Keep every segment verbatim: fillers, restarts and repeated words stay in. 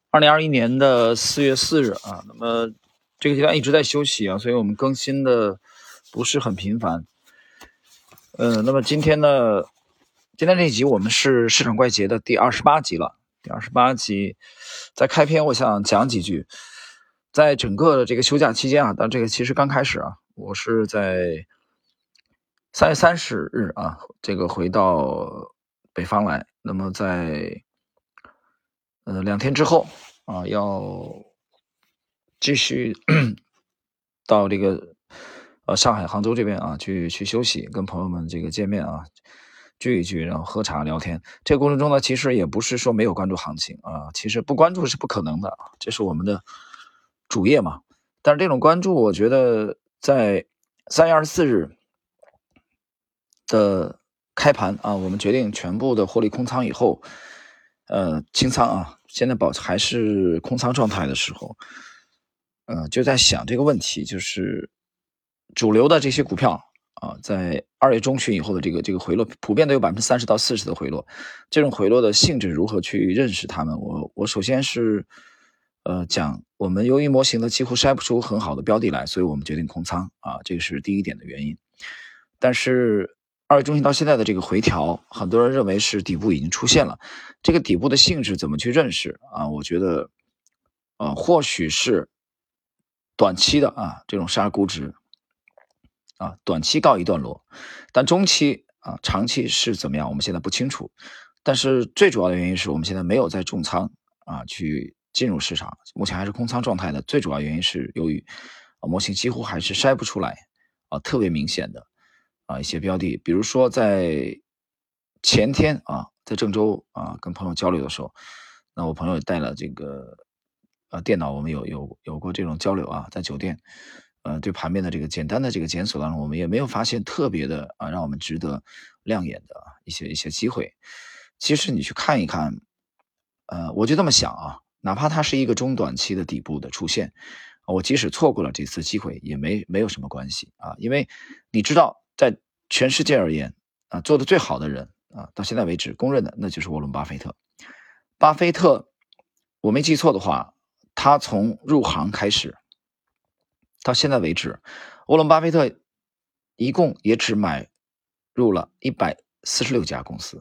二零二一年的四月四日啊，那么这个阶段一直在休息啊，所以我们更新的不是很频繁。呃，那么今天呢，今天这一集我们是市场怪杰的第二十八集了。第二十八集，在开篇我想讲几句，在整个的这个休假期间啊，但这个其实刚开始啊，我是在三月三十日啊，这个回到北方来，那么在呃两天之后啊，要继续到这个呃上海、杭州这边啊去去休息，跟朋友们这个见面啊，聚一聚，然后喝茶聊天。这个过程中呢，其实也不是说没有关注行情啊，其实不关注是不可能的啊，这是我们的主业嘛。但是这种关注，我觉得在三月二十四日的开盘啊，我们决定全部的获利空仓以后，呃，清仓啊，现在保还是空仓状态的时候，呃，就在想这个问题，就是主流的这些股票啊，在二月中旬以后的这个这个回落，普遍都有百分之三十到四十的回落，这种回落的性质如何去认识它们？我我首先是呃讲，我们由于模型呢几乎筛不出很好的标的来，所以我们决定空仓啊，这个是第一点的原因。但是二月中旬到现在的这个回调，很多人认为是底部已经出现了。这个底部的性质怎么去认识啊？我觉得，呃，或许是短期的啊这种杀估值啊，短期告一段落，但中期啊、长期是怎么样，我们现在不清楚。但是最主要的原因是我们现在没有在重仓啊去进入市场，目前还是空仓状态的。最主要原因是由于啊模型几乎还是筛不出来啊特别明显的啊一些标的，比如说在前天啊，在郑州啊跟朋友交流的时候，那我朋友带了这个呃电脑，我们有有有过这种交流啊，在酒店。呃，对盘面的这个简单的这个检索当中，我们也没有发现特别的啊，让我们值得亮眼的一些一些机会。其实你去看一看，呃，我就这么想啊，哪怕它是一个中短期的底部的出现，我即使错过了这次机会，也没没有什么关系啊，因为你知道，在全世界而言啊，做的最好的人啊，到现在为止公认的那就是沃伦巴菲特。巴菲特，我没记错的话，他从入行开始。到现在为止，沃伦巴菲特一共也只买入了一百四十六家公司，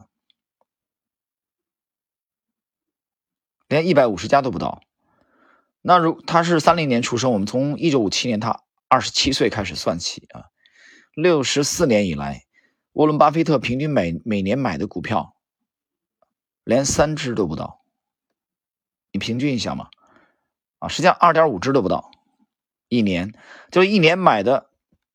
连一百五十家都不到。那如他是三零年出生，我们从一九五七年他二十七岁开始算起啊，六十四年以来，沃伦巴菲特平均每每年买的股票连三只都不到，你平均一下嘛，啊，实际上二点五只都不到，一年就一年买的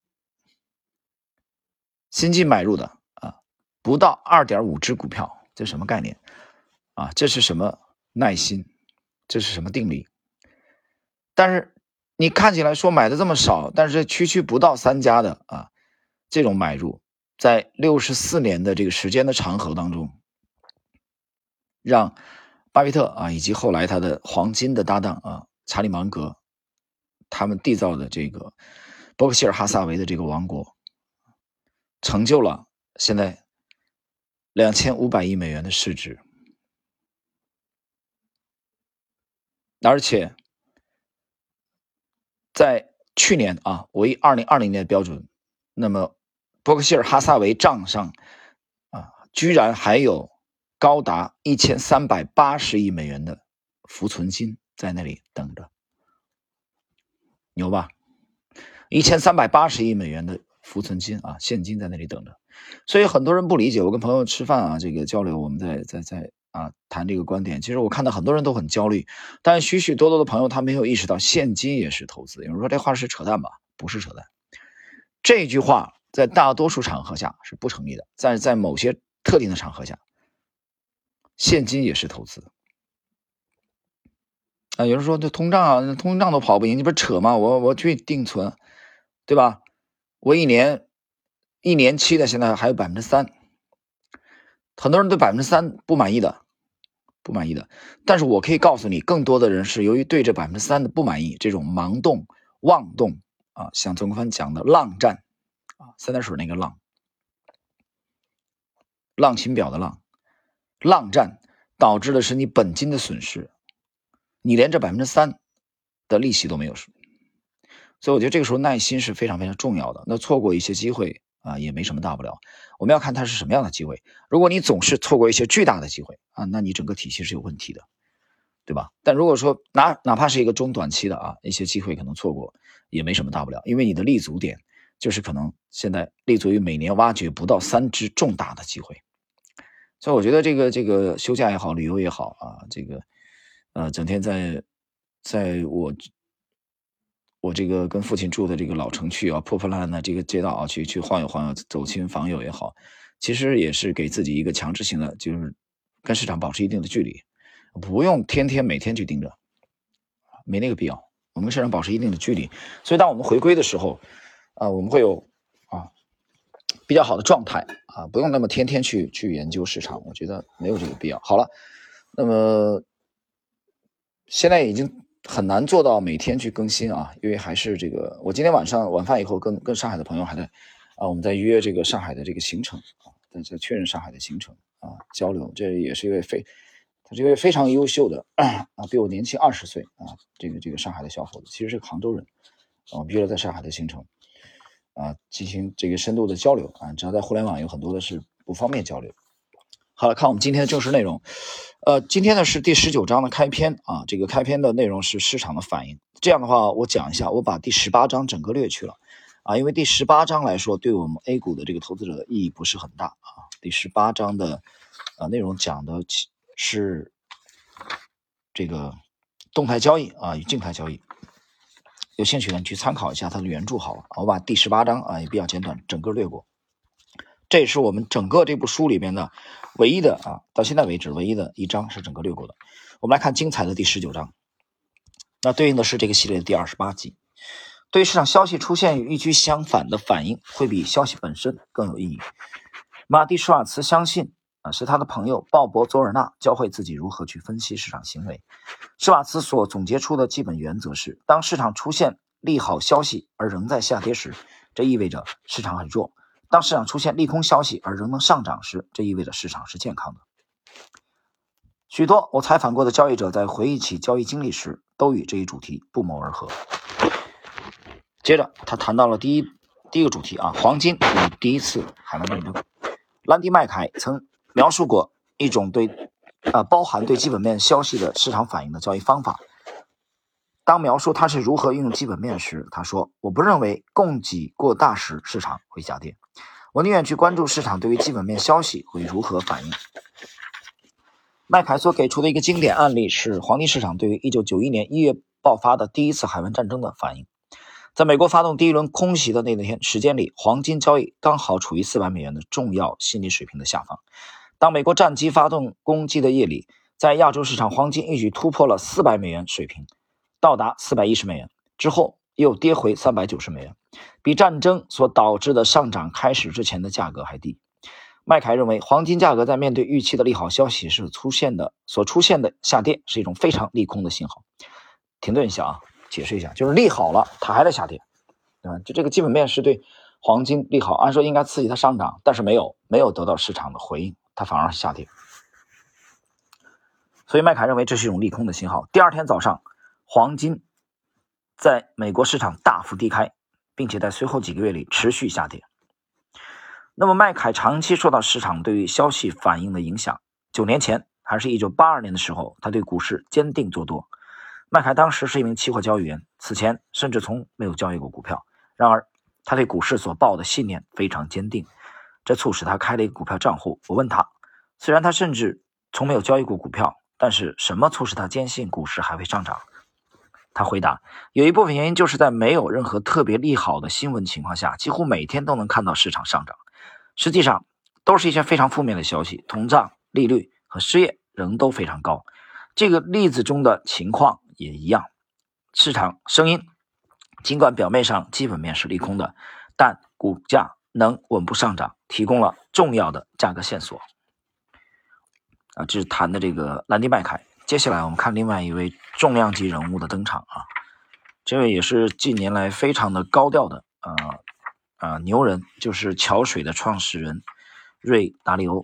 新进买入的啊，不到 二点五 只股票，这什么概念啊？这是什么耐心？这是什么定力？但是你看起来说买的这么少，但是区区不到三家的啊，这种买入，在六十四年的这个时间的长河当中，让巴菲特啊以及后来他的黄金的搭档啊查理芒格，他们缔造的这个伯克希尔哈撒韦的这个王国，成就了现在两千五百亿美元的市值。而且在去年啊，我以二零二零年的标准，那么伯克希尔哈撒韦账上啊，居然还有高达一千三百八十亿美元的浮存金在那里等着，牛吧？一千三百八十亿美元的浮存金啊，现金在那里等着。所以很多人不理解，我跟朋友吃饭啊，这个交流，我们在在在啊谈这个观点。其实我看到很多人都很焦虑，但许许多多的朋友他没有意识到现金也是投资。有人说这话是扯淡吧？不是扯淡，这句话在大多数场合下是不成立的，但是在某些特定的场合下，现金也是投资。啊，有人说这通胀啊，通胀都跑不赢，你不是扯吗？我我去定存，对吧？我一年一年期的现在还有百分之三，很多人对百分之三不满意的，不满意的。但是我可以告诉你，更多的人是由于对这百分之三的不满意，这种盲动、妄动啊，像曾国藩讲的浪战啊，三点水那个浪，浪琴表的浪，浪战导致的是你本金的损失。 你连这百分之三的利息都没有，所以我觉得这个时候耐心是非常非常重要的。那错过一些机会啊，也没什么大不了。我们要看它是什么样的机会。如果你总是错过一些巨大的机会啊，那你整个体系是有问题的，对吧？但如果说哪哪怕是一个中短期的啊，一些机会可能错过也没什么大不了，因为你的立足点就是可能现在立足于每年挖掘不到三只重大的机会。所以我觉得这个这个休假也好，旅游也好啊，这个呃整天在在我我这个跟父亲住的这个老城区啊，破破烂烂的这个街道啊，去去晃悠晃悠，走亲访友也好，其实也是给自己一个强制性的，就是跟市场保持一定的距离，不用天天每天去盯着，没那个必要。我们跟市场保持一定的距离，所以当我们回归的时候，啊、我们会有啊比较好的状态啊，不用那么天天去去研究市场，我觉得没有这个必要。好了，那么现在已经很难做到每天去更新啊，因为还是这个，我今天晚上晚饭以后跟跟上海的朋友还在啊，我们在约这个上海的这个行程啊，在在确认上海的行程啊，交流。这也是一位非，他是一位非常优秀的啊，比我年轻二十岁啊，这个这个上海的小伙子，其实是个杭州人啊，我们约了在上海的行程啊，进行这个深度的交流啊，只要在互联网有很多的是不方便交流。好了，看我们今天的正式内容。呃，今天呢是第十九章的开篇啊，这个开篇的内容是市场的反应。这样的话，我讲一下，我把第十八章整个略去了啊，因为第十八章来说，对我们 A 股的这个投资者的意义不是很大啊。第十八章的呃内容讲的是这个动态交易啊与静态交易。有兴趣的你去参考一下它的原著好了。我把第十八章啊也比较简短，整个略过。这也是我们整个这部书里面的唯一的啊，到现在为止唯一的一章是整个略过的。我们来看精彩的第十九章，那对应的是这个系列的第二十八集。对于市场消息出现与预期相反的反应，会比消息本身更有意义。马蒂·施瓦茨相信啊，是他的朋友鲍勃·佐尔纳教会自己如何去分析市场行为。施瓦茨所总结出的基本原则是：当市场出现利好消息而仍在下跌时，这意味着市场很弱。当市场出现利空消息而仍能上涨时，这意味着市场是健康的。许多我采访过的交易者在回忆起交易经历时，都与这一主题不谋而合。接着，他谈到了第一第一个主题啊，黄金与第一次海湾战争。兰迪·麦凯曾描述过一种对呃包含对基本面消息的市场反应的交易方法。当描述他是如何运用基本面时，他说：“我不认为供给过大时市场会下跌，我宁愿去关注市场对于基本面消息会如何反应。”麦凯所给出的一个经典案例是黄金市场对于一九九一年一月爆发的第一次海湾战争的反应。在美国发动第一轮空袭的那天时间里，黄金交易刚好处于四百美元的重要心理水平的下方。当美国战机发动攻击的夜里，在亚洲市场黄金一举突破了四百美元水平，到达四百一十美元之后又跌回三百九十美元，比战争所导致的上涨开始之前的价格还低。麦凯认为，黄金价格在面对预期的利好消息时出现的所出现的下跌是一种非常利空的信号。停顿一下啊，解释一下，就是利好了，它还在下跌，对吧？就这个基本面是对黄金利好，按说应该刺激它上涨，但是没有没有得到市场的回应，它反而下跌。所以麦凯认为这是一种利空的信号。第二天早上，黄金在美国市场大幅低开，并且在随后几个月里持续下跌。那么麦凯长期受到市场对于消息反应的影响。九年前，还是一九八二年的时候，他对股市坚定做多。麦凯当时是一名期货交易员，此前甚至从没有交易过股票。然而，他对股市所抱的信念非常坚定，这促使他开了一个股票账户。我问他，虽然他甚至从没有交易过股票，但是什么促使他坚信股市还会上涨？他回答，有一部分原因就是在没有任何特别利好的新闻情况下，几乎每天都能看到市场上涨。实际上都是一些非常负面的消息，通胀、利率和失业仍都非常高。这个例子中的情况也一样，市场声音尽管表面上基本面是利空的，但股价能稳步上涨，提供了重要的价格线索。啊，这是谈的这个兰迪麦凯。接下来我们看另外一位重量级人物的登场啊，这位也是近年来非常的高调的啊。呃啊，牛人就是桥水的创始人瑞达利欧。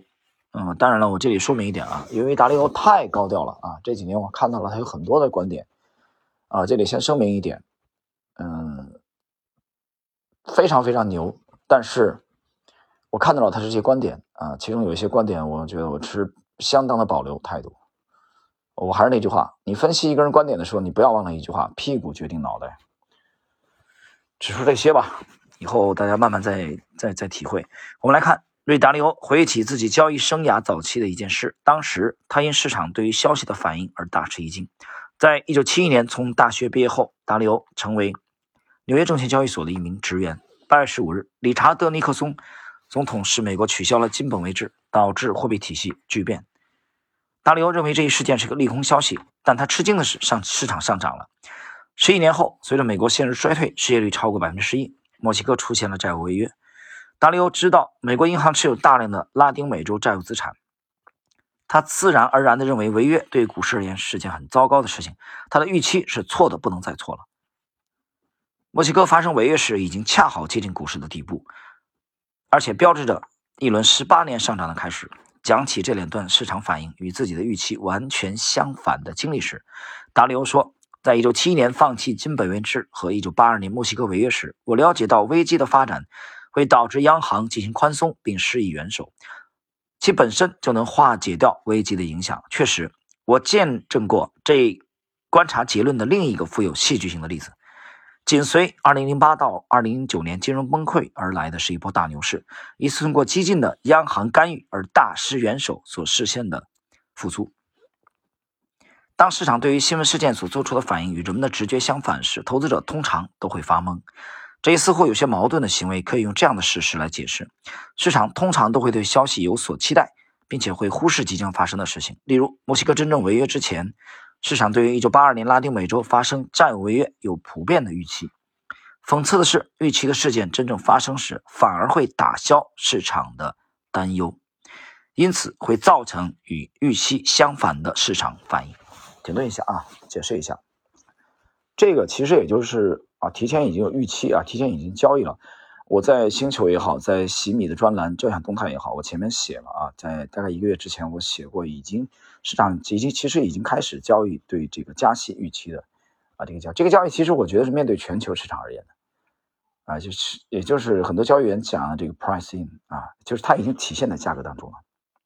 嗯，当然了，我这里说明一点啊，因为达里欧太高调了啊，这几年我看到了他有很多的观点啊，这里先声明一点，嗯，非常非常牛，但是我看到了他这些观点啊，其中有一些观点，我觉得我持相当的保留态度。我还是那句话，你分析一个人观点的时候，你不要忘了一句话：屁股决定脑袋。只说这些吧，以后大家慢慢再再再体会。我们来看瑞达利欧回忆起自己交易生涯早期的一件事，当时他因市场对于消息的反应而大吃一惊。在一九七一年从大学毕业后，达利欧成为纽约证券交易所的一名职员。八月十五日，理查德·尼克松总统使美国取消了金本位制，导致货币体系巨变。达利欧认为这一事件是个利空消息，但他吃惊的是，上市场上涨了。十一年后，随着美国陷入衰退，失业率超过 百分之十一， 墨西哥出现了债务违约。达利欧知道美国银行持有大量的拉丁美洲债务资产，他自然而然地认为违约对股市而言是件很糟糕的事情，他的预期是错的不能再错了。墨西哥发生违约时已经恰好接近股市的底部，而且标志着一轮十八年上涨的开始。讲起这两段市场反应与自己的预期完全相反的经历时，达利欧说，在一九七一年放弃金本位制和一九八二年墨西哥违约时，我了解到危机的发展会导致央行进行宽松并施以援手，其本身就能化解掉危机的影响。确实，我见证过这观察结论的另一个富有戏剧性的例子。紧随二零零八到二零零九年金融崩溃而来的是一波大牛市，一次通过激进的央行干预而大施援手所实现的复苏。当市场对于新闻事件所做出的反应与人们的直觉相反时，投资者通常都会发懵。这一似乎有些矛盾的行为可以用这样的事实来解释：市场通常都会对消息有所期待，并且会忽视即将发生的事情。例如，墨西哥真正违约之前，市场对于一九八二年拉丁美洲发生债务违约有普遍的预期。讽刺的是，预期的事件真正发生时，反而会打消市场的担忧，因此会造成与预期相反的市场反应。停顿一下啊，解释一下，这个其实也就是啊，提前已经有预期啊，提前已经交易了。我在星球也好，在洗米的专栏这项动态也好，我前面写了啊，在大概一个月之前我写过，已经市场已经其实已经开始交易对这个加息预期的啊这个交这个交易，其实我觉得是面对全球市场而言的啊，就是也就是很多交易员讲的这个 price in 啊，就是它已经体现在价格当中了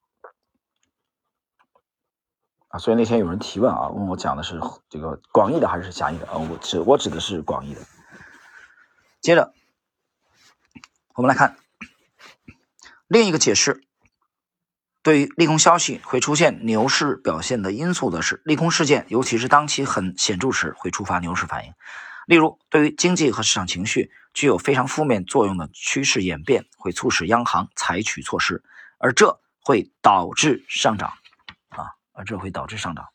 啊。所以那天有人提问啊，问我讲的是这个广义的还是狭义的啊？我指我指的是广义的。接着我们来看另一个解释，对于利空消息会出现牛市表现的因素的是，利空事件尤其是当其很显著时会触发牛市反应。例如，对于经济和市场情绪具有非常负面作用的趋势演变会促使央行采取措施，而这会导致上涨啊，而这会导致上涨。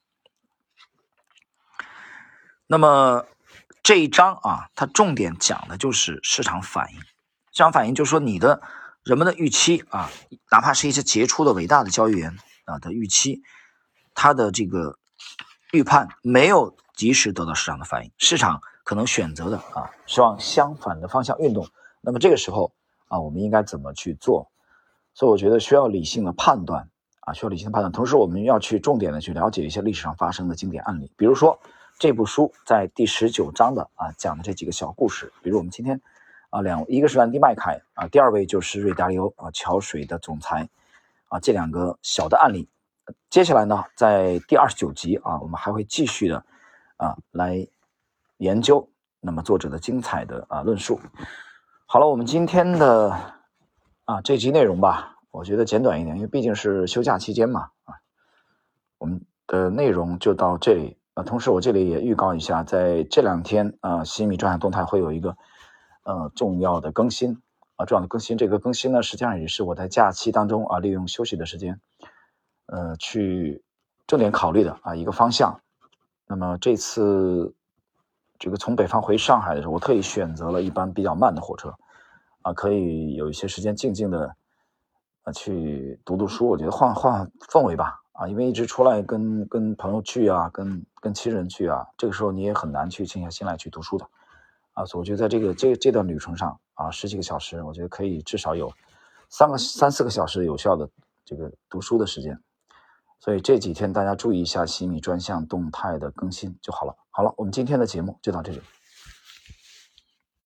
那么这一章啊，它重点讲的就是市场反应。市场反应就是说你的人们的预期啊，哪怕是一些杰出的伟大的交易员啊的预期，他的这个预判没有及时得到市场的反应，市场可能选择的啊是往相反的方向运动。那么这个时候啊，我们应该怎么去做？所以我觉得需要理性的判断啊，需要理性的判断。同时，我们要去重点的去了解一些历史上发生的经典案例，比如说这部书在第十九章的啊讲的这几个小故事，比如我们今天啊两一个是兰迪麦凯啊，第二位就是瑞达利欧啊，桥水的总裁啊，这两个小的案例。接下来呢，在第二十九集啊，我们还会继续的啊来研究那么作者的精彩的啊论述。好了，我们今天的啊这集内容吧，我觉得简短一点，因为毕竟是休假期间嘛啊，我们的内容就到这里。呃，同时我这里也预告一下，在这两天啊，洗米专项动态会有一个呃重要的更新啊，重要的更新。这个更新呢，实际上也是我在假期当中啊，利用休息的时间，呃，去重点考虑的啊一个方向。那么这次这个从北方回上海的时候，我特意选择了一班比较慢的火车啊，可以有一些时间静静的啊去读读书。我觉得换换氛围吧。啊，因为一直出来跟跟朋友聚啊，跟跟亲人聚啊，这个时候你也很难去静下心来去读书的，啊，所以我觉得在这个这这段旅程上啊，十几个小时，我觉得可以至少有三个三四个小时有效的这个读书的时间。所以这几天大家注意一下洗米专项动态的更新就好了。好了，我们今天的节目就到这里。